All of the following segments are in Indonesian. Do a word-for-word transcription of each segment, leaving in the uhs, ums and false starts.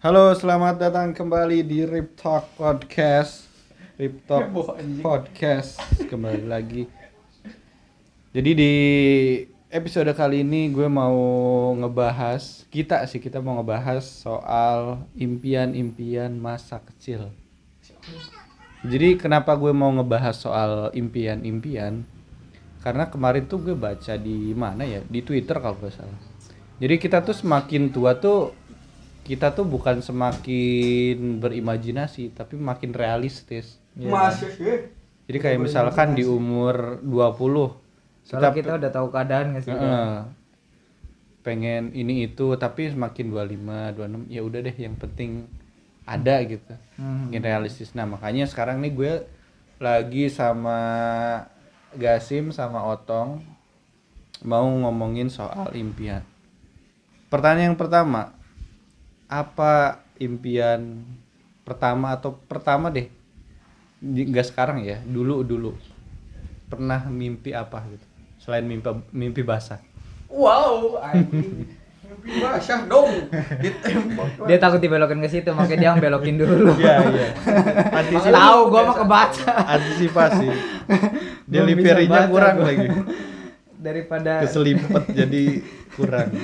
Halo, selamat datang kembali di Rip Talk Podcast. Rip Talk Podcast kembali lagi. Jadi di episode kali ini gue mau ngebahas, kita sih kita mau ngebahas soal impian-impian masa kecil. Jadi kenapa gue mau ngebahas soal impian-impian? Karena kemarin tuh gue baca di mana ya, di Twitter kalau nggak salah. Jadi kita tuh semakin tua tuh kita tuh bukan semakin berimajinasi tapi makin realistis. Masih sih. Jadi kayak misalkan di umur dua puluh soalnya kita, kita udah tahu keadaan nggak sih? Uh, pengen ini itu tapi semakin dua puluh lima, dua puluh enam ya udah deh yang penting ada gitu. Hmm. Makin realistis. Nah, makanya sekarang nih gue lagi sama Gasim sama Otong mau ngomongin soal impian. Pertanyaan yang pertama, apa impian pertama atau pertama deh, nggak sekarang ya, dulu dulu pernah mimpi apa gitu selain mimpi mimpi basah? Wow, anjing. Mimpi basah dong. Ditembak. Dia takut dibelokin ke situ, makanya dia belokin dulu. Iya iya. Antisipasi. Tahu gua mah kebaca. Antisipasi. Delivery-nya kurang gua. Lagi. Daripada keselimpet jadi kurang.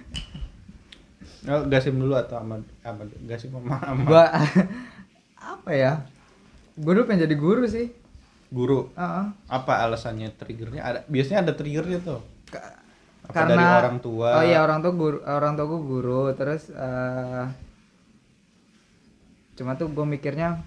Oh, Gasim dulu atau Ahmad? Ahmad. Gasim sama Ahmad. Gua apa ya? Gua dulu pengen jadi guru sih. Guru? Uh-uh. Apa alasannya, triggernya? Ada, biasanya ada triggernya tuh. Ka- apa karena dari orang tua? Oh iya, orang tua guru, orang tua gua guru, terus uh, cuma tuh gua mikirnya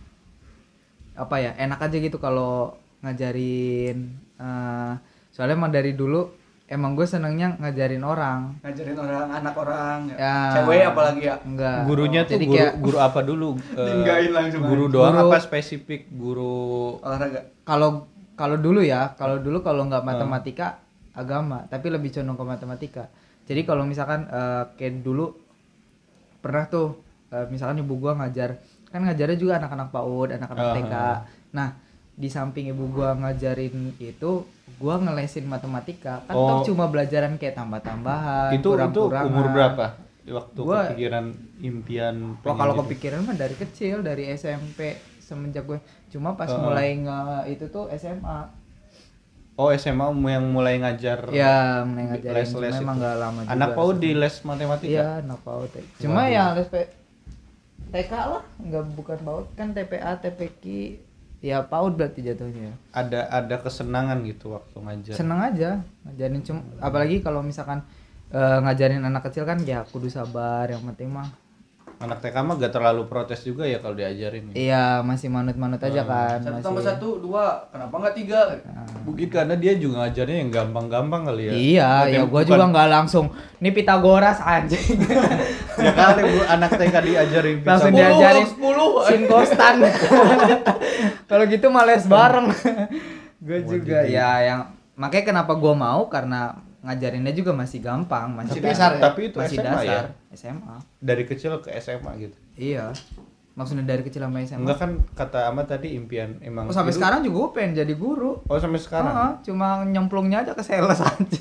apa ya? Enak aja gitu kalau ngajarin uh, soalnya emang dari dulu emang gue senengnya ngajarin orang, ngajarin orang, anak orang, ya. Cewek apalagi ya? Enggak. Gurunya tuh jadi guru, kayak, guru apa dulu? Tinggain langsung. Guru doang guru, apa spesifik guru olahraga? Kalau kalau dulu ya, kalau dulu kalau nggak matematika, hmm. agama, tapi lebih condong ke matematika. Jadi kalau misalkan uh, kayak dulu pernah tuh, uh, misalkan ibu gua ngajar, kan ngajarnya juga anak-anak PAUD, anak-anak uh-huh. T K. Nah, di samping ibu gua ngajarin itu, gua ngelesin matematika. Kan oh. toh cuma belajaran kayak tambah-tambahan, itu, kurang-kurangan. Itu umur berapa? Waktu gua, kepikiran impian. Wah, kalau kepikiran mah dari kecil, dari S M P semenjak gue. Cuma pas uh. mulai nge itu tuh S M A. Oh, S M A yang mulai ngajar. Ya, mulai ngajarin. Les-les memang enggak lama juga. Anak PAUD di les matematika. Iya, anak PAUD. Cuma Waduh. ya les P- T K lah, enggak bukan PAUD, kan T P A, T P Q. Ya PAUD berarti jatuhnya. Ada ada kesenangan gitu waktu ngajar. Senang aja ngajarin, cuma apalagi kalau misalkan uh, ngajarin anak kecil kan ya kudu sabar, yang penting mah. Anak T K mah gak terlalu protes juga ya kalau diajarin. Ya? Iya, masih manut-manut aja hmm. kan. Satu masih... tambah satu, dua, kenapa nggak tiga? Nah. Mungkin karena dia juga ngajarnya yang gampang-gampang kali ya. Iya, ya gua bukan... juga nggak langsung. Nih Pitagoras anjing. Ya kali bu, anak T K diajarin Pitagoras. Langsung diajarin sepuluh sin kostan. Kalau gitu males bareng. Gue juga ya yang makanya kenapa gua mau karena ngajarinnya juga masih gampang, masih tapi, dasar. Tapi itu masih S M A dasar, ya? S M A. Dari kecil ke S M A gitu. Iya. Maksudnya dari kecil sampai S M A. Enggak kan kata Ahmad tadi impian emang. Oh, sampai itu... sekarang juga gue pengen jadi guru. Oh, sampai sekarang. Uh-huh, cuma nyemplungnya aja ke sales aja.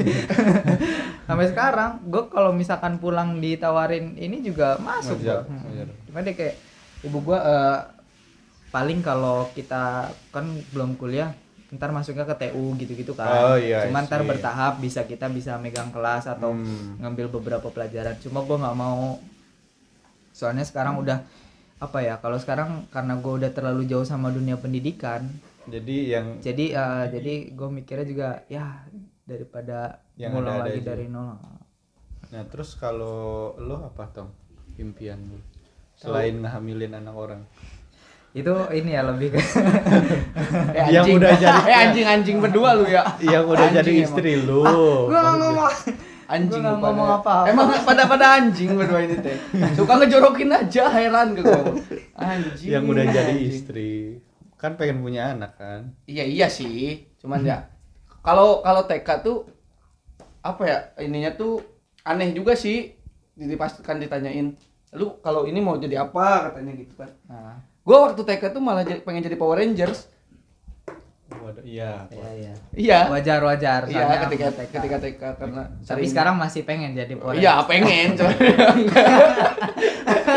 Sampai sekarang gue kalau misalkan pulang ditawarin ini juga masuk gua. Hmm. Cuma deh kayak ibu gue uh, paling kalau kita kan belum kuliah ntar masuknya ke T U gitu-gitu kan. Oh, iya, cuma ntar iya. bertahap bisa kita bisa megang kelas atau hmm. ngambil beberapa pelajaran. Cuma gue nggak mau, soalnya sekarang hmm. udah apa ya? Kalau sekarang karena gue udah terlalu jauh sama dunia pendidikan. Jadi yang jadi uh, jadi gue mikirnya juga ya daripada mulai lagi aja. Dari nol. Nah terus kalau lo apa Tom impian lo selain ngehamilin anak orang? Itu ini ya lebih ke eh, yang udah jadi eh anjing-anjing berdua lu ya. Yang udah jadi istri lu. Ah, gua enggak ngomong anjing gua ngomong apa. Emang pada-pada anjing berdua ini teh. Suka ngejorokin aja, heran ke gua. Anjing. Yang udah jadi istri. Kan pengen punya anak kan? Iya iya sih. Cuman ya kalau kalau T K tuh apa ya? Ininya tuh aneh juga sih. Dipastikan ditanyain, "Lu kalau ini mau jadi apa?" katanya gitu kan. Nah, gue waktu T K tuh malah j- pengen jadi Power Rangers. Waduh, iya. Iya, iya. Iya. Wajar-wajar. Iya, ketika T K. ketika T K karena tapi sekarang masih pengen jadi Power Rangers. Iya, pengen. Power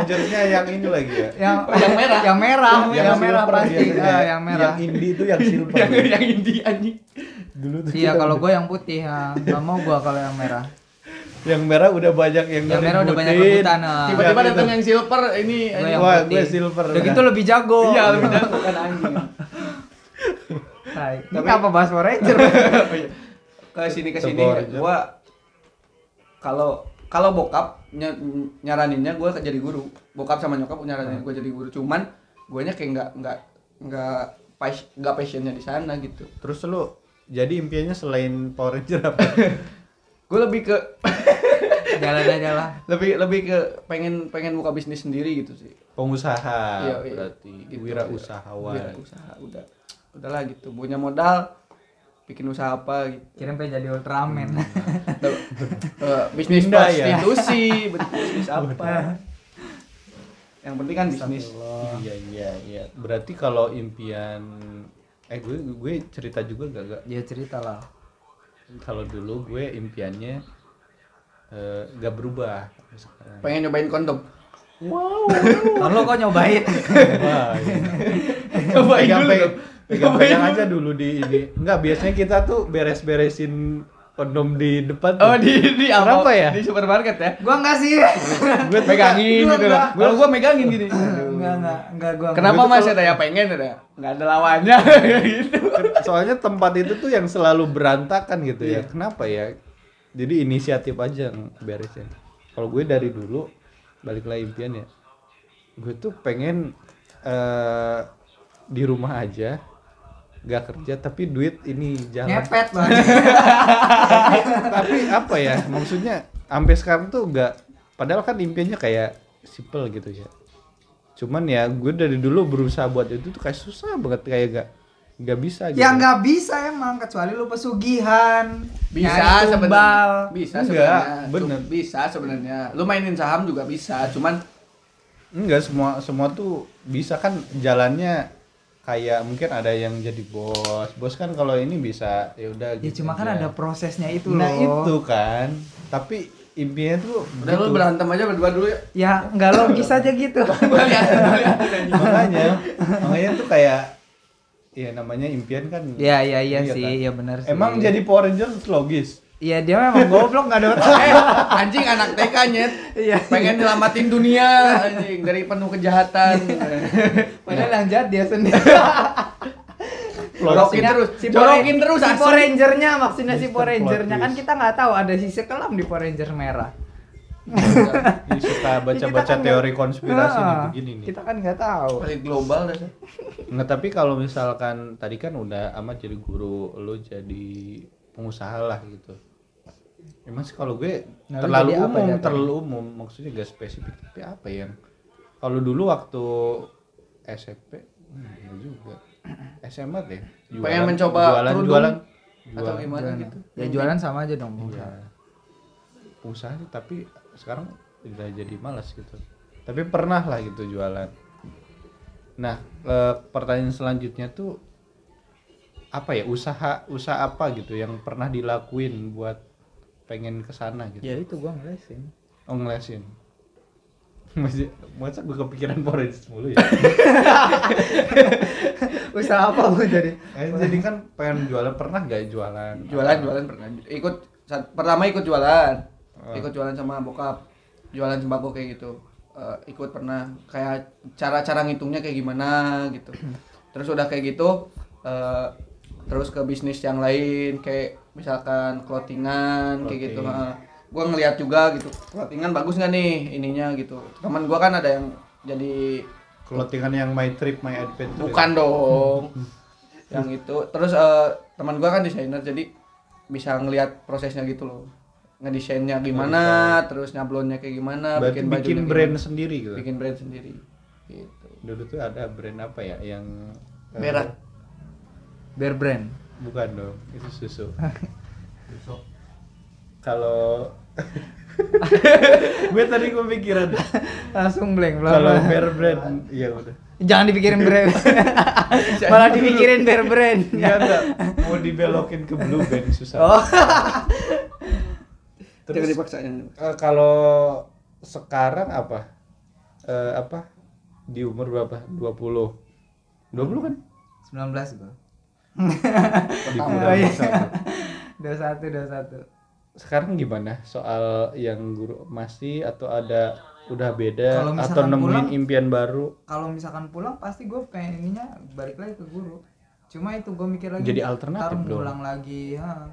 Ranger-nya yang ini lagi ya. Yang yang merah. Yang merah, yang, Yang merah silver pasti. biasanya. Ah, yang merah. Yang indie itu yang silver. yang yang indie anjing. Dulu tuh Iya, kita kalau udah- gue yang putih ya. Enggak mau gua kalau yang merah. yang merah udah banyak yang Yang merah udah banyak ngeributin. rebutan. ah. Tiba-tiba Yang datang itu. yang silver ini Gua anjing. yang Wah, putih. gue silver. Udah gitu lebih jago. Iya, lebih jago kan anjing. Nah, ini Tapi- apa bahas Power Ranger? Ke sini ke sini Power Ranger. gua kalau kalau bokap ny- nyaraninnya gua jadi guru. Bokap sama nyokap nyaranin gua jadi guru. Cuman guanya kayak enggak enggak enggak pas enggak passionnya di sana gitu. Terus lu jadi impiannya selain Power Ranger apa? Gue lebih ke Jalan aja lah. lebih lebih ke pengen pengen buka bisnis sendiri gitu sih. Pengusaha Iya, iya. berarti Gitu. wirausahawan. Wirausaha udah udahlah gitu. Punya modal bikin usaha apa gitu. Kirain pengen jadi Ultraman. Eh, bisnis Pindah ya? prostitusi, bisnis apa. Yang penting kan bisnis. Iya iya iya. Berarti kalau impian eh gue gue cerita juga gak gak Ya cerita lah. kalau dulu gue impiannya eh, gak berubah sekarang. Pengen nyobain kondom. Wow. Kan lo kok nyobain? Wah, iya. Nyobain Pegang- dulu pe- dong. Pegang-pegang aja dulu di ini. Enggak, biasanya kita tuh beres-beresin kondom di depan tuh. Oh di di Kenapa ya? Di supermarket ya. Gua enggak sih. Gue Megangin Gua gitu enggak. lah. Gua gua megangin gini. Enggak, enggak, enggak gua. Kenapa Gua tuh Mas kalau- ada ya pengen ada? Enggak ada lawannya gitu. soalnya tempat itu tuh yang selalu berantakan gitu ya. Iya. Kenapa ya? Jadi inisiatif aja yang beresin. Kalau gue dari dulu balik lagi impian ya. Gue tuh pengen eh di rumah aja gak kerja tapi duit ini jalan. Ngepet loh. Tapi apa ya? Maksudnya sampai sekarang tuh gak, padahal kan impiannya kayak simple gitu ya. Cuman ya gue dari dulu berusaha buat itu tuh kayak susah banget, kayak gak gak bisa gitu. Ya nggak bisa emang, kecuali lu pesugihan. Bisa nyari sebenarnya. tumbal. Bisa Enggak, sebenarnya. bener. Cum- Bisa sebenarnya. Lu mainin saham juga bisa, cuman Enggak, semua semua tuh bisa kan jalannya, kayak mungkin ada yang jadi bos. Bos kan kalau ini bisa ya udah Ya gitu cuma kan aja. ada prosesnya itu Nah, loh. itu kan. Tapi impiannya tuh udah gitu. lu berantem aja berdua dulu ya. Ya nggak logis aja gitu. Gua lihat, gua lihat. makanya makanya tuh kayak ya namanya impian kan. Ya ya iya Iya sih, kan? ya benar sih. Emang jadi Power Ranger logis. Iya dia memang goblok nggak ada otak. Eh, anjing anak T K nyet. Iya. Pengen nyelamatin dunia anjing dari penuh kejahatan. Padahal yang jahat dia sendiri. Jorokin Maksudnya terus, si jorokin terus si asli. Power Ranger-nya, maksudnya si Mister Power Plot Ranger-nya kan twist. kita nggak tahu ada sisi kelam di Power Ranger merah. Jadi suka baca-baca Kita kan teori nggak- konspirasi nih Nah, begini nih. Kita kan nggak tahu. Paling global dah. Nggak, tapi kalau misalkan tadi kan udah amat jadi guru, lo jadi pengusaha lah gitu. Emang sih kalau gue Nah, lu terlalu jadi apa umum, jatuhnya? terlalu umum, maksudnya gak spesifik. Tapi apa yang kalau dulu waktu S M P, hmm, enggak juga. S M A deh. Pengen mencoba jualan, kerudung jualan, atau jualan. gimana Jualan. gitu. Ya jualan sama aja dong. Iya. Pengusaha sih, tapi sekarang udah jadi malas gitu. Tapi pernah lah gitu jualan. Nah, e, pertanyaan selanjutnya tuh apa ya, usaha usaha apa gitu yang pernah dilakuin buat pengen kesana gitu? Ya itu gua ngelesin. Oh, ngelesin. Masih masa gue kepikiran Power Rangers mulu ya. Usaha apa gua jadi? Eh, jadi kan pengen jualan, pernah gak jualan? Jualan, jualan pernah. Ikut saat, pertama ikut jualan. Oh. Ikut jualan sama bokap. Jualan sembako kayak gitu. Eh, ikut pernah kayak cara-cara ngitungnya kayak gimana gitu. Terus udah kayak gitu eh, terus ke bisnis yang lain kayak misalkan clothingan kayak gitu. Clothing. Heeh. Gua ngeliat juga gitu. Clothingan bagus nggak nih ininya gitu. Teman gua kan ada yang jadi Clothingan yang My Trip My Adventure. bukan dong. Yang itu. Terus eh, teman gua kan desainer jadi bisa ngelihat prosesnya gitu loh. Ngedesainnya gimana, terus nyablonnya kayak gimana, Berarti bikin bikin, bajunya brand gimana. sendiri gitu. Bikin brand sendiri. Gitu. Dulu tuh ada brand apa ya yang eh, Merah. Bear brand. Bukan dong, itu susu. Kalau gue tadi kepikiran Langsung blank belum. kalau Bear Brand, iya udah. Jangan dipikirin brand. Malah dipikirin bear brand. Enggak enggak, mau dibelokin ke Blue Band susah. Oh. Jangan Terus dipaksain. eh, kalau sekarang apa? eh, apa di umur berapa? dua puluh dua puluh kan? sembilan belas gua. Di Oh, bulan iya. satu. dua puluh satu dua puluh satu. Sekarang gimana soal yang guru masih atau ada udah beda Kalau atau misalkan nemuin pulang- impian baru? Kalau misalkan pulang pasti gue pengennya balik lagi ke guru. Cuma itu gue mikir lagi. Jadi alternatif ntar dong. pulang lagi, ha.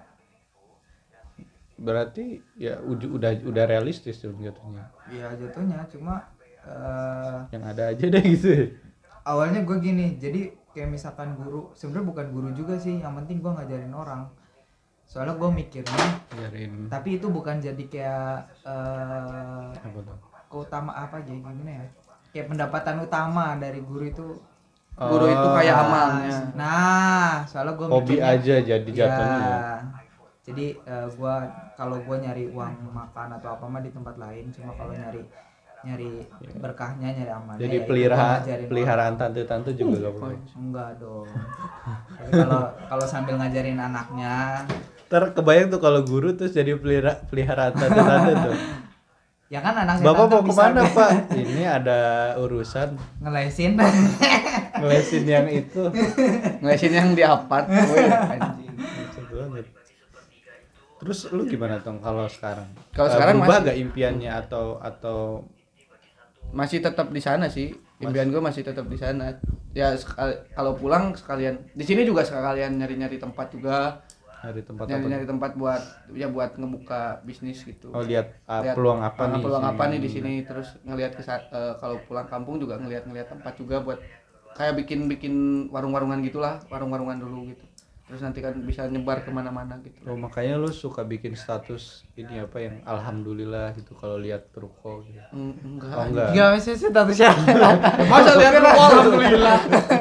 Berarti ya udah udah, udah realistis dong jatuhnya. Iya jatuhnya cuma eh, Yang ada aja deh gitu. awalnya gue gini, jadi kayak misalkan guru, sebenarnya bukan guru juga sih, yang penting gue ngajarin orang. Soalnya gue mikirnya, Biarin tapi itu bukan jadi kayak eh, apa tuh? keutama apa aja gimana ya? Kayak pendapatan utama dari guru itu. Guru itu kayak amalnya. Nah, soalnya gue Hobi aja jadi jatuhnya ya. Jadi eh, gua kalau gua nyari uang makan atau apa mah di tempat lain, cuma kalau nyari nyari berkahnya, nyari amalnya. Jadi ya itu pelihara gua ngajarin peliharaan tante-tante juga gak perlu. orang. Enggak dong. Tapi kalau kalau sambil ngajarin anaknya, Ntar kebayang tuh kalau guru terus jadi pelihara peliharaan tante-tante tuh. ya kan anak Bapak tante mau bisa kemana Pak? Ini ada urusan ngelesin. ngelesin yang itu. Ngelesin yang di apart. Woi, anjing. Maksud banget. Terus lu gimana Tong kalau sekarang? Kalau Eh, sekarang berubah masih- gak impiannya atau atau Masih tetap di sana sih. Impian gue masih tetap di sana. Ya sekal- kalau pulang sekalian di sini juga sekalian nyari-nyari tempat juga. dari tempat apa? Nyari-nyari tempat buat ya buat ngebuka bisnis gitu. Oh lihat uh, Lihat, peluang apa ah, nih? peluang sini? apa nih di sini, terus ngelihat ke uh, kalau pulang kampung juga ngelihat-ngelihat tempat juga buat kayak bikin-bikin warung-warungan gitulah, warung-warungan dulu gitu. Terus nanti kan bisa nyebar kemana-mana gitu. Oh makanya lu suka bikin status ini apa yang alhamdulillah gitu kalau lihat ruko gitu. Mm, enggak. Oh enggak. Enggak sih statusnya. Masa lihat lu alhamdulillah.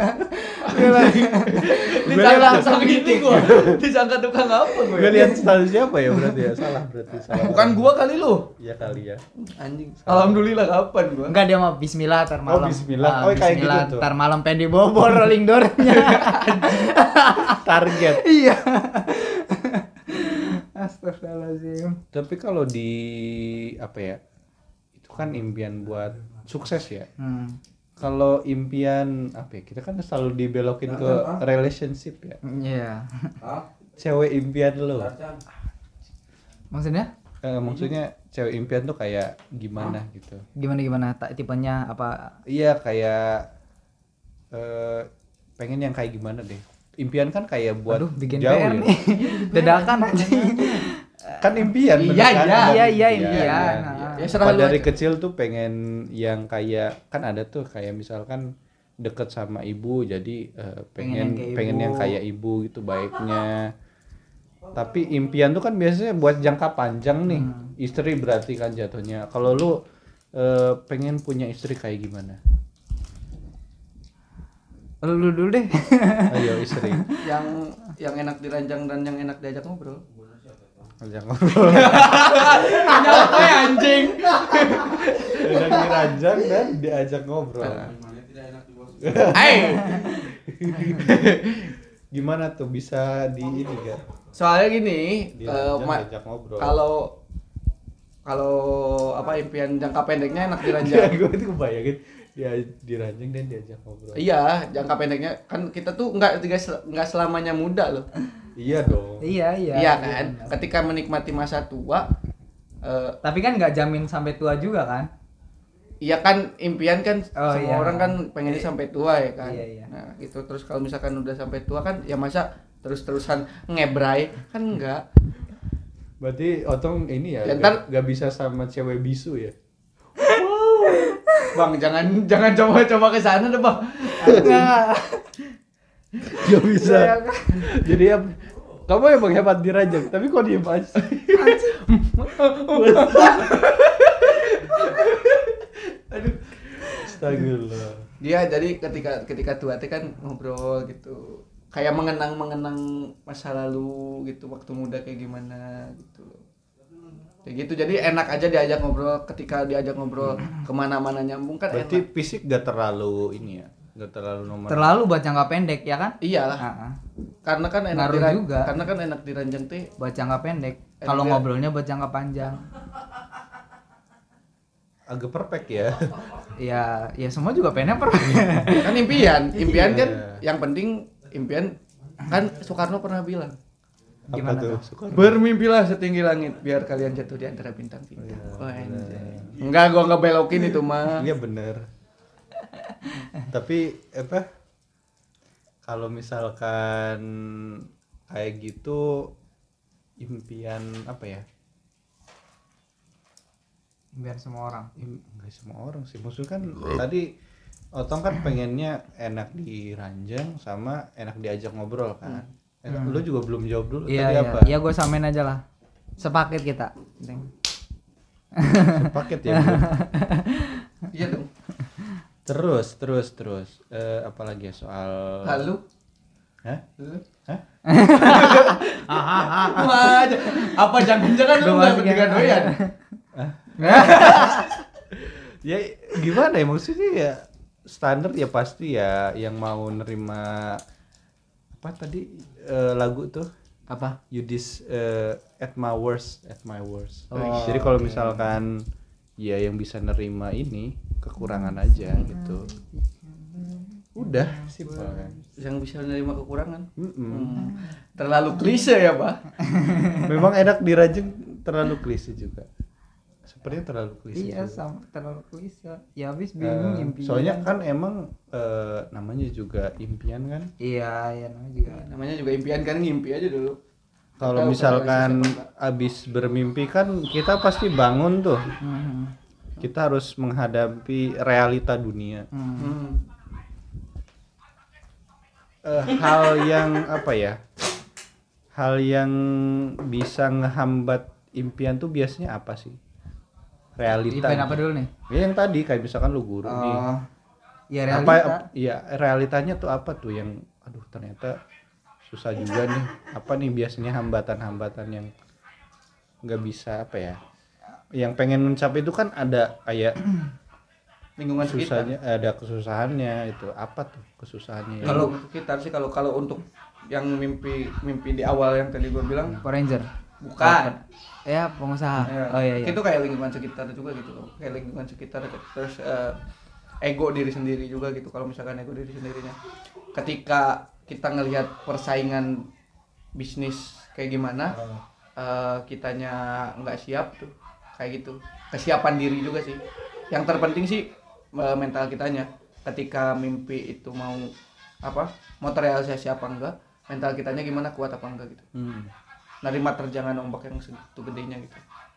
Disangka tukang ini gua. Disangka tukang apa gua? Gue lihat statusnya apa ya berarti ya salah berarti salah. Bukan gua kali lu. Iya kali ya. Anjing. Alhamdulillah kapan gua? Enggak, dia mah bismillah tar malam. bismillah. Ah, Oh, kayak bismillah, gitu tuh. tar malam pengen dibobol rolling door-nya. Target. Iya. Astagfirullahaladzim. Tapi kalau di apa ya? Itu kan impian buat sukses ya. Hmm. Kalau impian apa ya? Kita kan selalu dibelokin ke relationship ya. Iya. Cewek impian lo. Maksudnya? Eh, maksudnya cewek impian tuh kayak gimana gitu. Gimana gimana tak tipenya apa? Iya kayak eh pengen yang kayak gimana deh. Impian kan kayak buat Aduh, bikin jauh P R ya. nih. Dadakan anjing. Kan impian Iya, bener kan? iya, Ada iya, iya, impian. impian. Iya. Ya, serah Pas lu dari aja. kecil tuh pengen yang kayak kan ada tuh kayak misalkan deket sama ibu jadi eh, pengen Pengen yang kayak pengen ibu. yang kayak ibu gitu baiknya. Tapi impian tuh kan biasanya buat jangka panjang nih. Hmm. Istri berarti kan jatuhnya. Kalau lu eh, pengen punya istri kayak gimana? Lu dulu deh. Ayo istri. Yang yang enak diranjang dan yang enak diajak ngobrol. Ajak ngobrol. Nyapa ya anjing. Enak diranjang dan diajak ngobrol. Hai. Gimana tuh bisa di ini gak? Soalnya gini, eh, Diranjang ma- diajak ngobrol. kalau kalau apa impian jangka pendeknya enak Ya, diranjang. gue tuh kebayangin dia diranjang dan diajak ngobrol. Iya, jangka pendeknya kan kita tuh nggak nggak nggak selamanya muda loh. Iya dong. Iya, iya. Iya kan? Ketika menikmati masa tua, eh, Tapi kan nggak jamin sampai tua juga kan? iya kan impian kan Oh, semua iya. orang kan pengennya sampai tua ya kan. Iya, iya. Nah, gitu terus kalau misalkan udah sampai tua kan ya masa terus-terusan ngebrai kan enggak. Berarti Otong ini ya, Ya, gak, ntar- gak bisa sama cewek bisu ya? Bang, jangan jangan coba-coba ke sana deh, Bang. Gak bisa. Jadi ya, kamu emang hebat diranjang, tapi kok diem aja? Aduh, astagfirullah. Dia jadi ketika ketika tua teh kan ngobrol gitu. Kayak mengenang-mengenang masa lalu gitu, waktu muda kayak gimana gitu. Kayak gitu, jadi enak aja diajak ngobrol. Ketika diajak ngobrol kemana-mana nyambung kan Berarti enak. fisik gak terlalu ini ya? Gak terlalu nomor. Terlalu buat jangka pendek ya kan? Iyalah, Ah, ah. karena kan enak Ngaruh diran- juga. karena kan enak diranjang teh. Buat jangka pendek. Eh, Kalau juga. ngobrolnya buat jangka panjang. Agak perfect ya. Ya, ya semua juga pengennya pernah. Kan impian, impian kan Iya. yang penting impian kan Soekarno pernah bilang, Gimana Apa tuh? tuh? Suka- bermimpilah setinggi langit biar kalian jatuh di antara bintang-bintang. Oh, anjay. Enggak, gua enggak belokin itu mah. Iya bener. Tapi apa? Kalau misalkan kayak gitu impian apa ya? Biar semua orang. Im- Nggak semua orang sih. Maksudnya kan tadi Otong kan pengennya enak di ranjang sama enak diajak ngobrol kan. Eh, Hmm. Lu juga belum jawab dulu Iya, tadi iya. apa? Iya, gue samain aja lah. Sepaket kita. Penting. Sepaket ya. Bro? Iya dong. Terus, terus, terus. Eh, apalagi ya soal. Lalu Hah? Lu? Hah? Wah, apa jangan-jangan lu Gua enggak masih bertiga kayak- doyan? Ya gimana ya maksudnya ya standar ya pasti ya yang mau nerima apa tadi eh, lagu tuh Apa? you dis eh, at my worst at my worst. Oh, Jadi kalau misalkan ya yang bisa nerima ini kekurangan aja gitu. Udah simpel kan. Yang bisa menerima kekurangan. Mm-mm. Hmm. Terlalu klise ya, Pak. Memang enak dirajeng terlalu klise juga. Sepertinya terlalu klise. Iya, juga. sama terlalu klise. Ya habis Eh, bingung impian. soalnya kan emang eh, namanya juga impian kan. Iya, iya namanya juga. Namanya juga impian kan, ngimpi aja dulu. Kalau Tahu misalkan realistis apa enggak. abis bermimpi kan kita pasti bangun tuh. Hmm. Kita harus menghadapi realita dunia. Hmm. Hmm. Eh, hal yang apa ya? Hal yang bisa ngehambat impian tuh biasanya apa sih? Realita. Impian apa dulu nih? Ya yang tadi kayak misalkan lu guru nih. Oh. Ya Apa realita. ya realitanya tuh apa tuh yang aduh ternyata susah juga nih. Apa nih biasanya hambatan-hambatan yang nggak bisa apa ya? Yang pengen mencapai itu kan ada kayak Lingkungan sekitar. susahnya, ada kesusahannya itu. Apa tuh kesusahannya? Kalau sekitar sih kalau kalau untuk yang mimpi mimpi di awal yang tadi gue bilang Power Ranger. bukan. Ya, pengusaha. Ya. Oh iya iya. Itu kayak lingkungan sekitar juga gitu loh. Kayak lingkungan sekitar terus eh, ego diri sendiri juga gitu. Kalau misalkan ego diri sendirinya. Ketika kita ngelihat persaingan bisnis kayak gimana, eh, kitanya nggak siap tuh. Kayak gitu. Kesiapan diri juga sih. Yang terpenting sih eh, mental kitanya. Ketika mimpi itu mau apa? Mau terrealisasi apa enggak? Mental kitanya gimana, kuat apa enggak gitu. Hmm. Nerima terjangan ombak yang segitu gedenya gitu.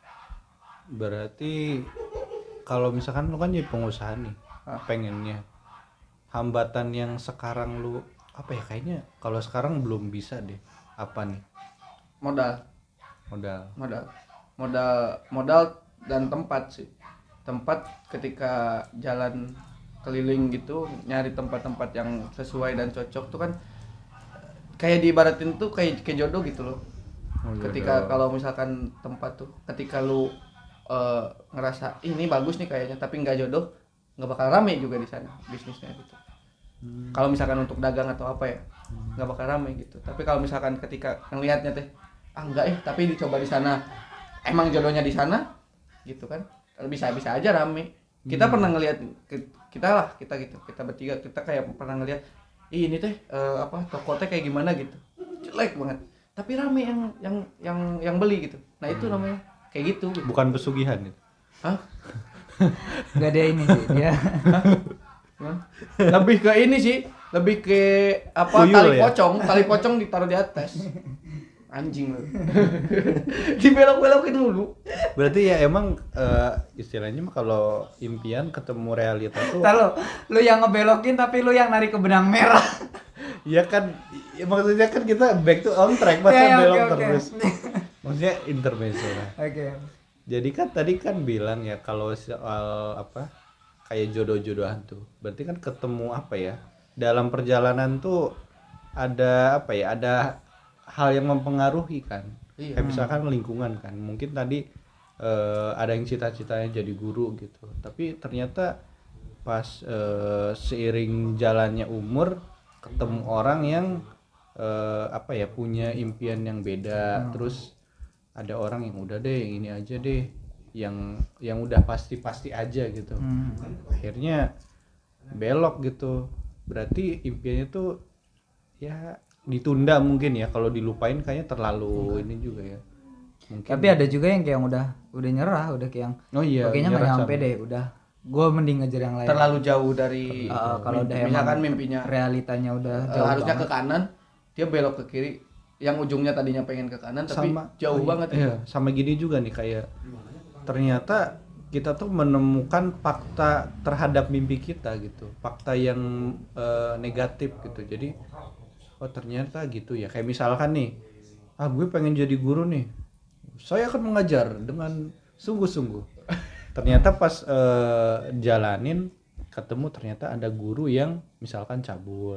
Berarti kalau misalkan lu kan jadi pengusaha nih, Hah? pengennya hambatan yang sekarang lu apa ya kayaknya kalau sekarang belum bisa deh. Apa nih? Modal, Modal. modal, modal, modal dan tempat sih. Tempat ketika jalan keliling gitu nyari tempat-tempat yang sesuai dan cocok tuh kan kayak diibaratin tuh kayak kayak jodoh gitu loh. Oh, Ketika jodoh. kalau misalkan tempat tuh ketika lu eh, ngerasa ini bagus nih kayaknya tapi nggak jodoh, nggak bakal rame juga di sana bisnisnya gitu. Hmm. Kalau misalkan untuk dagang atau apa ya nggak bakal rame gitu. Tapi kalau misalkan ketika ngelihatnya teh ah enggak eh tapi dicoba di sana emang jodohnya di sana gitu kan bisa bisa aja rame. Kita pernah ngelihat ki- kita lah kita gitu kita bertiga kita kayak pernah ngelihat ih ini teh eh, apa toko teh kayak gimana gitu jelek banget tapi rame yang yang yang yang beli gitu. Nah itu namanya kayak gitu, gitu. Bukan pesugihan itu. Hah? Gak ada ini sih dia. Hah? Lebih ke ini sih, lebih ke apa Tuyul tali ya? pocong, tali pocong ditaruh di atas. Anjing lu. Dibelok-belokin dulu. Berarti ya emang eh, istilahnya mah kalau impian ketemu realita tuh Ntar lu, lu yang ngebelokin tapi lu yang narik ke benang merah. ya kan ya maksudnya kan kita back to on track masa Ya, ya, belok oke, oke. terus. Maksudnya intermezzo lah. Oke. Jadi kan tadi kan bilang ya kalau soal apa kayak jodoh-jodohan tuh. Berarti kan ketemu apa ya? Dalam perjalanan tuh ada apa ya? Ada hal yang mempengaruhi kan. Iya. Kayak misalkan lingkungan kan. Mungkin tadi eh, ada yang cita-citanya jadi guru gitu. Tapi ternyata pas eh, seiring jalannya umur ketemu orang yang eh, apa ya punya impian yang beda. Terus ada orang yang udah deh yang ini aja deh yang yang udah pasti-pasti aja gitu. Hmm. Akhirnya belok gitu. Berarti impiannya tuh ya ditunda mungkin ya, kalau dilupain kayaknya terlalu ini juga ya. Mungkin. Tapi ada juga yang kayak udah udah nyerah, udah kayak yang Oh iya, kayaknya nggak nyerah nyampe sama. deh, udah gue mending ngejar yang lain. Terlalu jauh dari Uh, kalau udah mimpi. Misalkan emang mimpinya realitanya udah uh, jauh harusnya banget. ke kanan, dia belok ke kiri, yang ujungnya tadinya pengen ke kanan tapi jauh oh iya, banget. Iya, sama gini juga nih, kayak ternyata kita tuh menemukan fakta terhadap mimpi kita gitu, fakta yang uh, negatif gitu. Jadi oh ternyata gitu ya, kayak misalkan nih, ah gue pengen jadi guru nih, saya akan mengajar dengan sungguh-sungguh. Ternyata pas uh, jalanin ketemu ternyata ada guru yang misalkan cabul.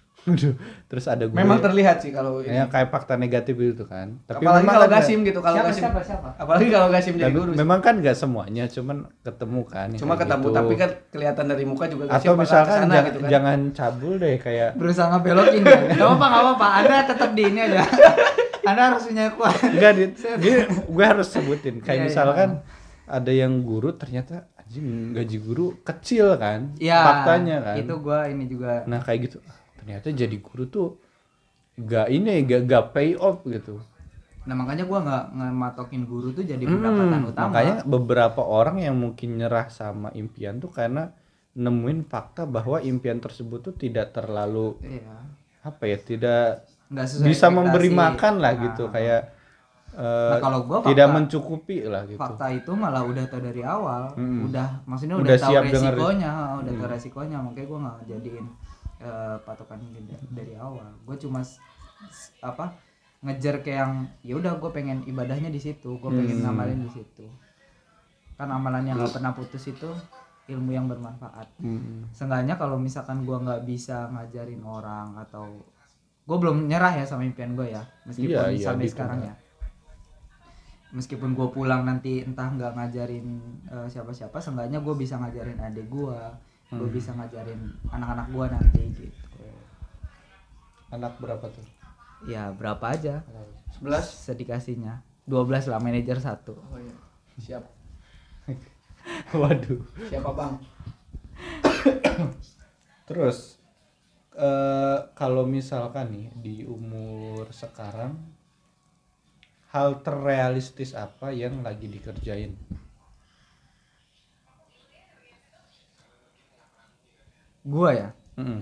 Terus ada guru Memang yang- terlihat sih kalau ini. ya kayak fakta negatif itu kan. Tapi Apalagi memang kalau kan Gasim gitu, kalau Siapa, Gasim. siapa, siapa? Apalagi kalau Gasim jadi Tapi guru. sih. memang kan nggak semuanya, cuman ketemu kan. yang Cuma kayak ketemu gitu. tapi kan kelihatan dari muka juga Gasim atau bakal misalkan kesana jangan, gitu kan. jangan cabul deh kayak Berusaha ngebelokin ya. Gak apa-apa, gak apa-apa. Anda tetap di ini aja. Anda harus punya kuat. enggak dit, dia, gue harus sebutin kayak Iya, iya. misalkan ada yang guru ternyata anjing gaji guru kecil kan, Ya, faktanya kan. itu gua ini juga. Nah kayak gitu, ternyata jadi guru tuh gak ini gak, gak pay off gitu. Nah makanya gua nggak ngematokin guru tuh jadi pendapatan Hmm, utama. makanya beberapa orang yang mungkin nyerah sama impian tuh karena nemuin fakta bahwa impian tersebut tuh tidak terlalu Iya. apa ya, tidak Nggak sesuai bisa ekspektasi. memberi makan lah Nah, gitu, kayak eh, Nah, kalau gua tidak fakta- mencukupi lah gitu. fakta itu malah udah tau dari awal, Hmm. udah maksudnya Udah udah, tahu siap dengan resikonya, udah tahu resikonya, makanya gua nggak jadiin eh, patokan gitu dari awal. Gua cuma s- s- apa ngejar kayak yang ya udah gue pengen ibadahnya di situ, gue pengen Hmm. ngamalin di situ. Kan amalan yang nggak pernah putus itu ilmu yang bermanfaat. Hmm. Seenggaknya kalau misalkan gua nggak bisa ngajarin orang atau gue belum nyerah ya sama impian gue ya, meskipun Iya, iya, sampai gitu sekarang lah. ya, meskipun gue pulang nanti entah nggak ngajarin eh, siapa-siapa, seenggaknya gue bisa ngajarin adik gue, gue Hmm. bisa ngajarin anak-anak gue nanti gitu. Anak berapa tuh? Ya berapa aja sebelas. sedikasinya, dua belas lah, manajer satu. Oh iya. Siap. Waduh. Siapa Bang? Terus eh, kalau misalkan nih di umur sekarang, hal terrealistis apa yang lagi dikerjain? Gue ya, Mm-mm.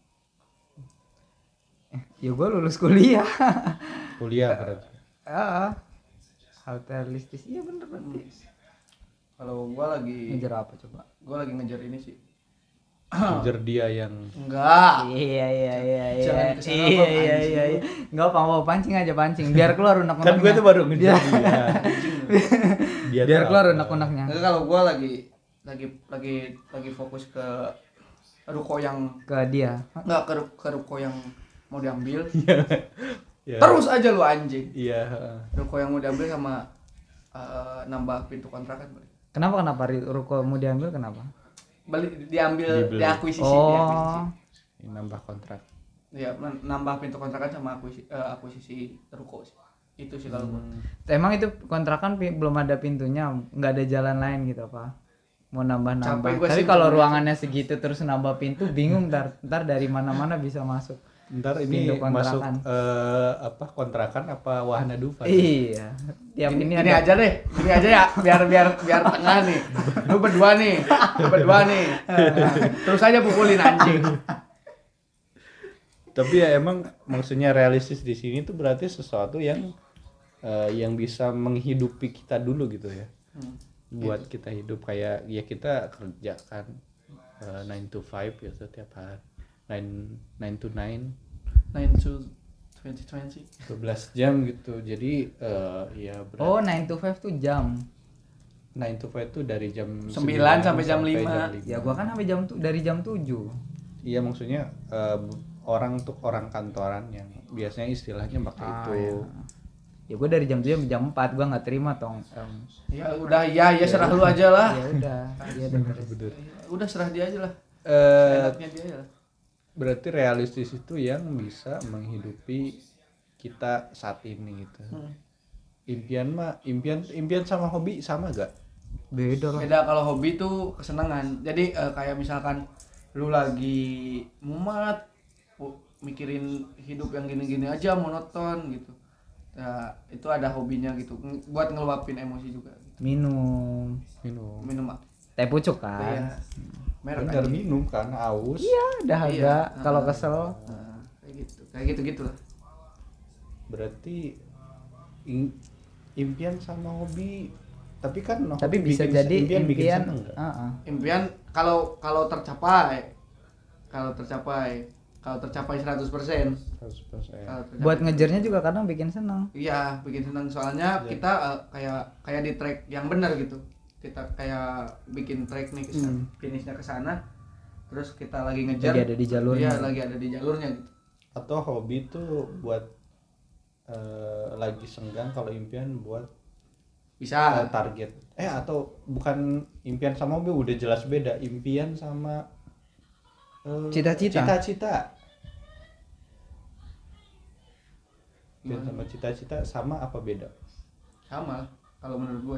ya gue lulus kuliah. Kuliah berarti. Ah, hal realistis, iya bener berarti. Kalau gua lagi Ngejar apa coba? gua lagi ngejar ini sih. Ngejar dia yang Enggak. Iya iya iya iya. Jangan kesana, Iya Bang, iya anjing. iya iya. Enggak apa-apa, pancing aja pancing biar keluar unek-uneknya. kan gue tuh baru ngejar Biar- dia. dia biar tuh keluar apa? unek-uneknya. Enggak, kalau gua lagi lagi lagi lagi fokus ke ruko yang Ke dia. enggak ke, ru- ke ruko yang mau diambil. Ya. Terus aja lu anjing. Iya. heeh. Ruko yang mau diambil sama eh, nambah pintu kontrakan. Kenapa kenapa Ri- ruko mau diambil kenapa? Balik diambil, Dibeli. diakuisisi, Oh. diakuisisi. Ini nambah kontrak. Ya, men- nambah pintu kontrakan sama akuisisi, eh, akuisisi ruko sih. Itu sih kalau gua. Emang itu kontrakan pi- belum ada pintunya, nggak ada jalan lain gitu apa? Mau nambah-nambah. Capek gua Tapi sih kalau sebenarnya. ruangannya segitu terus nambah pintu bingung ntar ntar dari mana-mana bisa masuk. Ntar ini Pintu masuk kontrakan. eh, apa kontrakan apa wahana dufa? Iya. Tiap Ini, ini, ini ada aja deh, ini aja ya, biar biar biar tengah nih. Lu berdua nih, lu berdua nih. Terus aja pukulin anjing. Tapi ya emang maksudnya realistis di sini tuh berarti sesuatu yang eh, yang bisa menghidupi kita dulu gitu ya. Hmm. Buat kita hidup kayak ya kita kerja kan eh, nine to five ya setiap hari. nine nine to nine nine to twenty twenty. dua belas jam gitu. Jadi eh, ya berarti Oh, nine to five tuh jam. nine to five tuh dari jam Sembilan sampai jam lima. Ya gua kan sampai jam tu dari jam tujuh. Iya maksudnya eh, orang tuh orang kantoran yang biasanya istilahnya pakai Ah, itu. ya. Ya gua dari jam tujuh sampai jam empat gua nggak terima tong. Em, Ya udah, ya ya serah lu aja lah. ya udah, iya bener. Bener. Udah serah dia aja lah. Eh, Enaknya dia ya. berarti realistis itu yang bisa menghidupi kita saat ini gitu. Hmm. Impian mah impian impian sama hobi sama gak? Beda lah. Beda kalau hobi tuh kesenangan. Jadi uh, kayak misalkan lu lagi mumet pu- mikirin hidup yang gini-gini aja monoton gitu. Nah, itu ada hobinya gitu ng- buat ngeluapin emosi juga gitu. Minum. Minum. Minum ah. Teh pucuk kan. Iya. Merek Bener aja. minum kan aus. Iya, dahaga Iya. kalau Ah. kesel. Nah, kayak gitu. Kayak gitu-gitu lah. Berarti in- impian sama hobi, tapi kan Tapi hobi bisa bikin- jadi impian, bikin impian. seneng nggak? Heeh. Impian kalau kalau tercapai kalau tercapai kalau tercapai seratus persen seratus persen. kalau tercapai- Buat ngejarnya juga kadang bikin senang. iya bikin senang soalnya Iya. kita uh, kayak kayak di track yang benar gitu, kita kayak bikin track nih ke Hmm. finishnya ke sana terus kita lagi ngejar Lagi ada di jalurnya. iya lagi ada di jalurnya gitu. Atau hobi tuh buat eh, lagi senggang, kalau impian buat Bisa eh, target. Eh atau bukan impian sama hobi, udah jelas beda. Impian sama eh, Cita-cita. Cita-cita. Impian Gimana? sama cita-cita sama apa beda? sama lah kalau menurut gue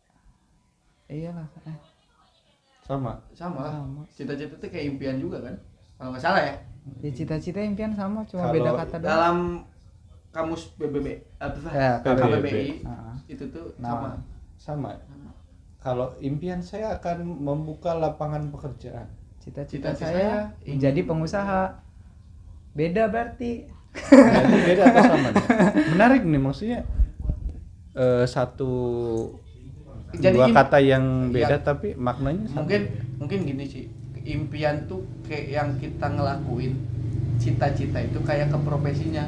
Iyalah. Eh, Sama. sama lah Sama. cita-cita itu kayak impian juga kan kalau nggak salah ya ya cita-cita impian sama, cuma Kalau beda kata doang. dalam kamus B B B apa sih? Ya, K B B I Heeh. itu tuh Nah. sama. Sama. Kalau impian saya akan membuka lapangan pekerjaan. Cita-cita Cita-cita saya saya ingin- jadi pengusaha. Beda berarti. Jadi beda atau sama nih? Menarik nih, maksudnya eh, satu Jadi dua im- kata yang beda ya, tapi maknanya sama. mungkin mungkin gini sih, impian tuh kayak yang kita ngelakuin, cita-cita itu kayak ke profesinya.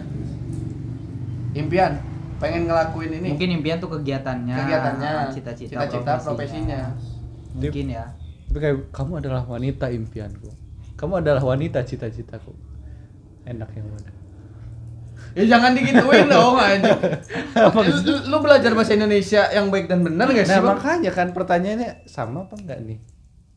Impian pengen ngelakuin ini Mungkin impian tuh kegiatannya. kegiatannya, Cita-cita, cita-cita profesinya. Mungkin ya. Tapi kayak kamu adalah wanita impianku. Kamu adalah wanita cita-citaku. Enak yang mana? Ya jangan digituin dong anjing. lu, lu belajar bahasa Indonesia yang baik dan benar gak sih? Nah, Bang? makanya kan pertanyaannya sama apa enggak nih?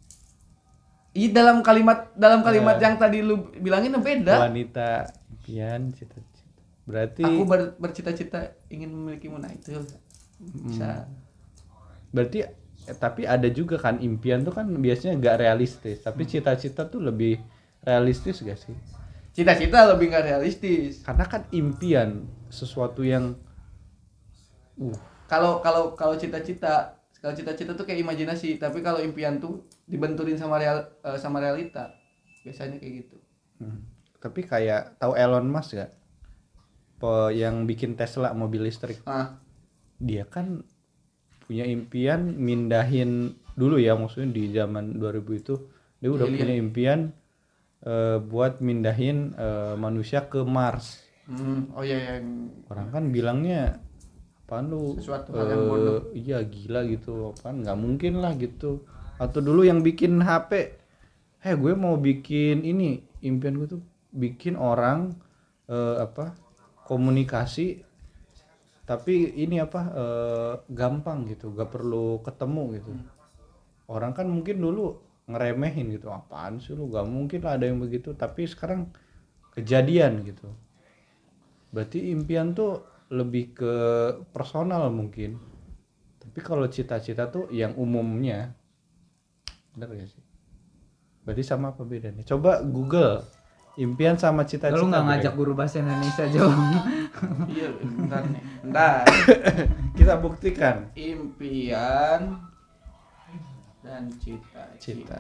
Iya dalam kalimat dalam kalimat Ya. yang tadi lu bilangin beda. Wanita impian cita-cita. Berarti Aku ber- bercita-cita ingin memilikimu, nah itu bisa. berarti eh, tapi ada juga kan impian tuh kan biasanya nggak realistis, tapi Hmm. cita-cita tuh lebih realistis gak sih? Cita-cita lebih nggak realistis. Karena kan impian sesuatu yang uh Kalau kalau kalau cita-cita, kalau cita-cita tuh kayak imajinasi, tapi kalau impian tuh dibenturin sama real eh, sama realita. Biasanya kayak gitu. hmm. Tapi kayak tahu Elon Musk gak? Pe, yang bikin Tesla mobil listrik. Ah, Dia kan punya impian mindahin dulu ya, maksudnya di zaman dua ribu itu dia udah Alien. punya impian eh, buat mindahin eh, manusia ke Mars. hmm, oh iya yang Orang kan bilangnya apaan lu, Sesuatu hal yang eh, bodoh. iya gila gitu, apaan nggak mungkin lah gitu. Atau dulu yang bikin H P, heh gue mau bikin ini, impian gue tuh bikin orang eh, apa komunikasi tapi ini apa eh, gampang gitu, gak perlu ketemu gitu. Orang kan mungkin dulu ngeremehin gitu, apaan sih lu, gak mungkin lah ada yang begitu, tapi sekarang kejadian gitu. Berarti impian tuh lebih ke personal mungkin, tapi kalau cita-cita tuh yang umumnya. Bener gak sih? Berarti sama apa beda nih? Coba Google impian sama cita-cita. Lu nggak beda. ngajak guru bahasa Indonesia jauh. iya bentar nih. Bentar. Kita buktikan. Impian dan cita-cita. Cita.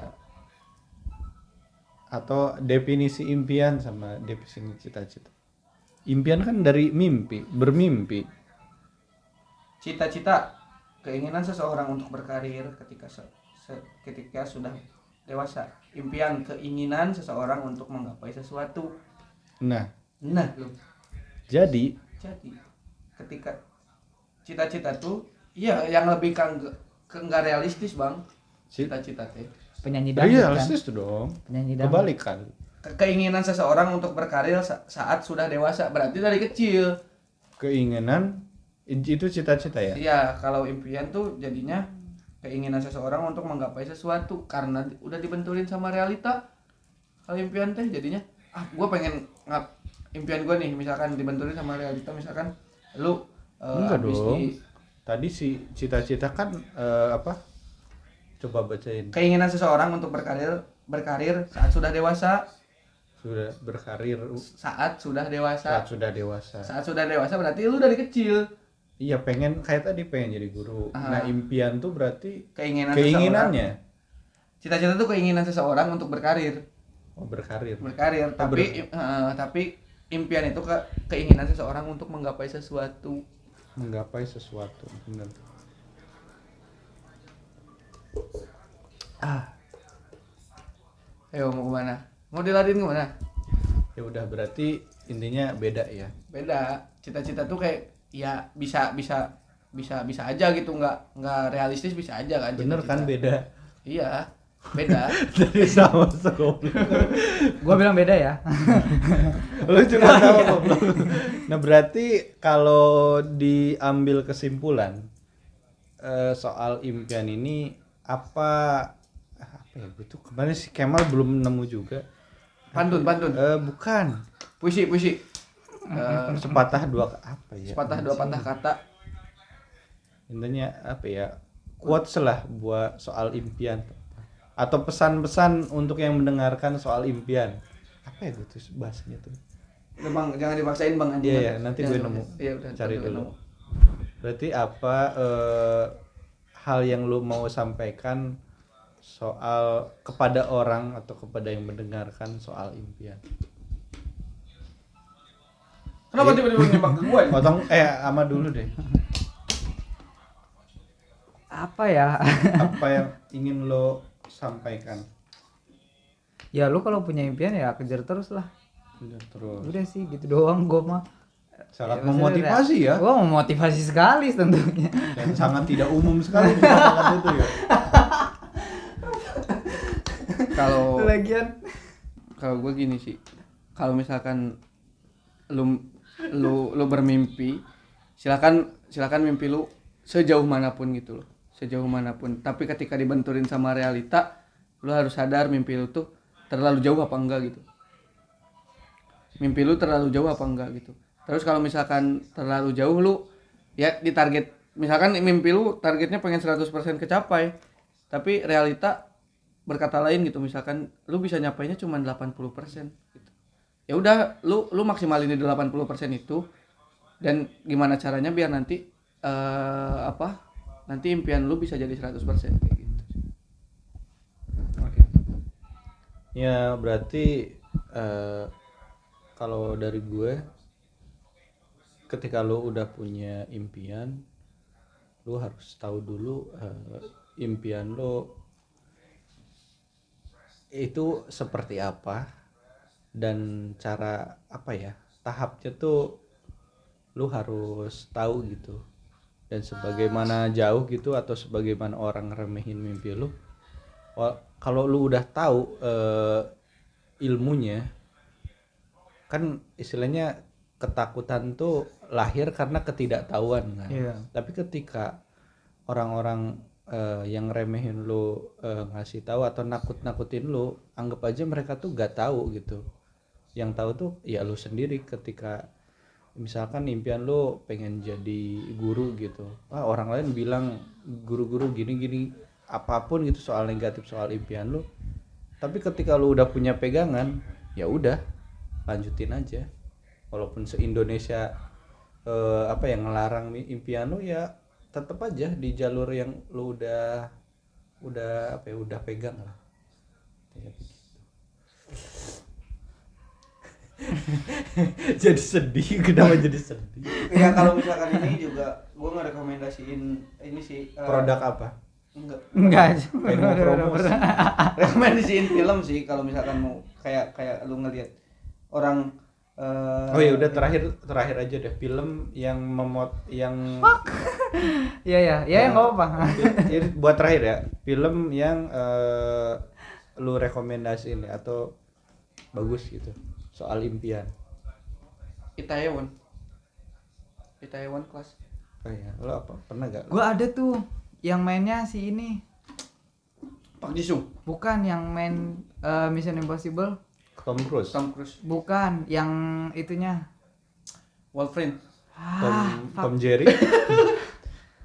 Atau definisi impian sama definisi cita-cita. Impian kan dari mimpi, bermimpi. Cita-cita keinginan seseorang untuk berkarir ketika se- se- ketika sudah dewasa. Impian keinginan seseorang untuk menggapai sesuatu. Nah, Nah, lu. jadi Jadi ketika cita-cita tuh iya yang lebih ke ke nggak realistis, Bang. Cita-cita teh. Penyanyi ya, dangdut iya, kan. realistis tuh dong. Penyanyi dangdut. Kebalikan. Ke- keinginan seseorang untuk berkarir sa- saat sudah dewasa berarti dari kecil. Keinginan itu cita-cita ya. Iya, kalau impian tuh jadinya keinginan seseorang untuk menggapai sesuatu karena di- udah dibenturin sama realita. Kalau impian teh jadinya ah gua pengen ngap impian gua nih misalkan dibenturin sama realita, misalkan lu eh, Enggak habis dong. di Tadi si cita-cita kan eh, apa? Coba bacain. Keinginan seseorang untuk berkarir berkarir saat sudah dewasa. Sudah berkarir Saat sudah dewasa. saat sudah dewasa. Saat sudah dewasa berarti lu dari kecil. Iya, pengen kayak tadi pengen jadi guru. Aha. Nah, impian tuh berarti Keinginan keinginannya. seseorang. Cita-cita tuh keinginan seseorang untuk berkarir. Oh, berkarir. Berkarir, Oh, tapi ber- eh, tapi impian itu ke keinginan seseorang untuk menggapai sesuatu. Menggapai sesuatu, benar. Ah. Ayo mau kemana? Mau dilarin kemana? Ya udah, berarti intinya beda ya. Beda. Cita-cita tuh kayak ya bisa bisa bisa bisa aja gitu, nggak nggak realistis bisa aja kan. Bener cita-cita. kan, beda. Iya, beda. Dari sama sekolah. Gua bilang beda ya. Lu juga sama goblok. Nah, berarti kalau diambil kesimpulan eh, soal impian ini apa apa ya, gue tuh kemarin si Kemal belum nemu juga. Pantun, pantun. Eh, bukan. Puisi, puisi. Eh, Sepatah dua apa ya? sepatah dua patah kata. Intinya apa ya? Quotes lah buat soal impian atau pesan-pesan untuk yang mendengarkan soal impian. Apa ya gue tuh bahasanya tuh? Udah Bang, jangan dipaksain Bang anjing. Iya, iya, nanti gue Jangan nemu. dipaksain. Iya, udah Cari ntar gue dulu. nemu. Berarti apa eh, hal yang lu mau sampaikan soal kepada orang atau kepada yang mendengarkan soal impian? Kenapa tiba-tiba nembak ke gue? Potong eh ama dulu deh. Apa ya? Apa yang ingin lo sampaikan? Ya lu kalau punya impian ya kejar terus lah. Udah terus. Udah sih gitu doang gua mah. Sangat Ya, maksudnya memotivasi ya. Gua memotivasi sekali tentunya. Dan sangat tidak umum sekali kata-kata itu ya. Kalau Lagian kalau gue gini sih, kalau misalkan lu lu lu bermimpi, silakan silakan mimpi lu sejauh manapun gitu loh, sejauh manapun. Tapi ketika dibenturin sama realita, lu harus sadar mimpi lu tuh terlalu jauh apa enggak gitu. Mimpi lu terlalu jauh apa enggak gitu. Terus kalau misalkan terlalu jauh, lu ya di target, misalkan mimpi lu targetnya pengen seratus persen kecapai, tapi realita berkata lain gitu, misalkan lu bisa nyapainya cuma delapan puluh persen gitu. Ya udah, lu lu maksimalin di delapan puluh persen itu, dan gimana caranya biar nanti eh, apa? Nanti impian lu bisa jadi seratus persen kayak gitu. Oke. Ya berarti eh, kalau dari gue, ketika lu udah punya impian, lu harus tahu dulu eh, impian lu itu seperti apa dan cara apa ya, tahapnya tuh lu harus tahu gitu. Dan sebagaimana jauh gitu atau sebagaimana orang remehin mimpi lu, wal- kalau lu udah tahu eh, ilmunya, kan istilahnya ketakutan tuh lahir karena ketidaktahuan kan. Iya. Tapi ketika orang-orang eh, yang remehin lu eh, ngasih tahu atau nakut-nakutin lu, anggap aja mereka tuh gak tahu gitu. Yang tahu tuh ya lu sendiri. Ketika misalkan impian lu pengen jadi guru gitu, ah orang lain bilang guru-guru gini-gini apapun gitu soal negatif soal impian lu, tapi ketika lu udah punya pegangan, ya udah lanjutin aja. Walaupun se-Indonesia eh, apa yang ngelarang mi- impian lu, ya tetap aja di jalur yang lu udah udah apa ya udah pegang lah. Ya, begitu. Jadi sedih, kenapa jadi sedih? Ya kalau misalkan ini juga gue ngerekomendasiin ini sih eh, Produk apa? enggak enggak. Pengen mau promosi. rekomendasiin film sih kalau misalkan mau kayak kayak lu ngelihat orang eh, Oh ya udah, terakhir terakhir aja deh, film yang memot yang Iya ya, ya enggak apa-apa. Ini buat terakhir ya, film yang eh, lu rekomendasiin ya, atau bagus gitu soal impian. Itaewon Itaewon Class. Oh ya, lo apa pernah gak? Gua ada tuh yang mainnya si ini. Park Ji Sung, Bukan yang main eh, Mission Impossible. Tom Cruise. Tom Cruise, Bukan yang itunya. Wolverine. Tom, Ah, Tom Jerry.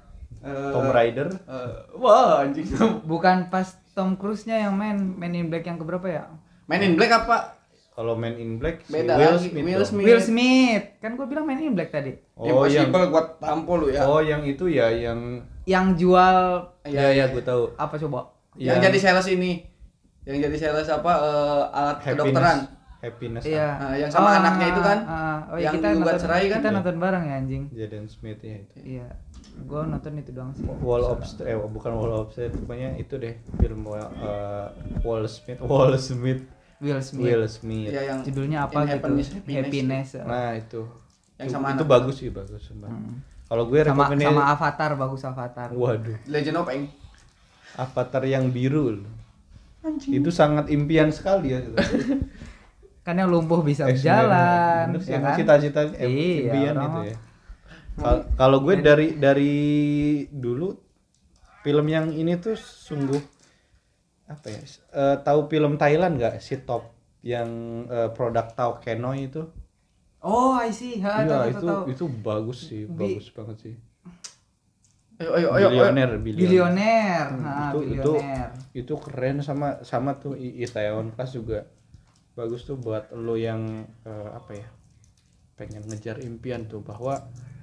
Eh, Tomb Raider. eh, wah anjing. Bukan pas Tom Cruise-nya yang main Men in Black yang keberapa ya? Men in Black apa? Kalau Man in Black si Beda Will lagi, Smith. Will dong. Smith. Will Smith. Kan gue bilang Men in Black tadi. Oh yang Impossible gua tampol lu ya. Oh yang itu ya yang Yang jual ya ya gue tahu. apa coba? Yang Yang- jadi sales ini. Yang jadi sales apa eh, alat Happiness. kedokteran. Happiness. Iya. Nah, yang sama anaknya itu kan? ah, oh iya, Yang kita digugat nonton, cerai kan? Kita Iya. nonton bareng ya anjing. Jaden Smith ya itu. Iya. Gua nonton itu doang sih. Wall of Street, eh bukan Wall of Street, pokoknya itu deh film uh, Wall Smith, Wall Smith, Will Smith. Will Smith. Iya yang Judulnya apa in gitu? Happiness, Happiness. Happiness. Nah itu, Yang itu, sama itu anak. bagus sih bagus sumpah. Hmm. Kalau gue Sama rekomendasi, sama Avatar, bagus Avatar. waduh, Legend of Aang. Avatar yang biru, loh. Itu sangat impian sekali ya. Gitu. Kan yang lumpuh bisa Eh, berjalan, bener sih, ya emang kan? cita-cita em- Iya, impian orang itu mah. ya. Kal- Kalau gue dari dari dulu film yang ini tuh sungguh apa ya? eh, tahu film Thailand nggak si Top yang eh, produk Tao Kenoi itu? Oh, I see. Ha, Iya tahu, itu tahu, tahu. itu bagus sih, Bi- bagus banget sih. Ayo ayo ayo. ayo. Bilioner, bilioner. Bilioner. Hmm, Nah, itu itu bilioner. itu keren sama sama tuh I- Itaewon Class juga bagus tuh buat lo yang eh, apa ya pengen ngejar impian tuh bahwa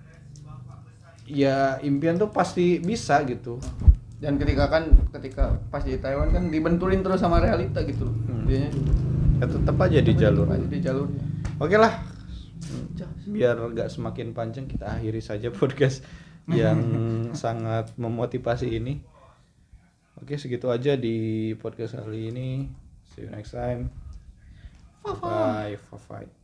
ya impian tuh pasti bisa gitu. Dan ketika kan ketika pas di Taiwan kan dibenturin terus sama realita gitu loh. Hmm. Dianya Ya tetap aja di jalur. aja di jalurnya. Oke lah, biar nggak semakin panjang kita akhiri saja podcast yang sangat memotivasi ini. Oke segitu aja di podcast kali ini. See you next time. Bye bye.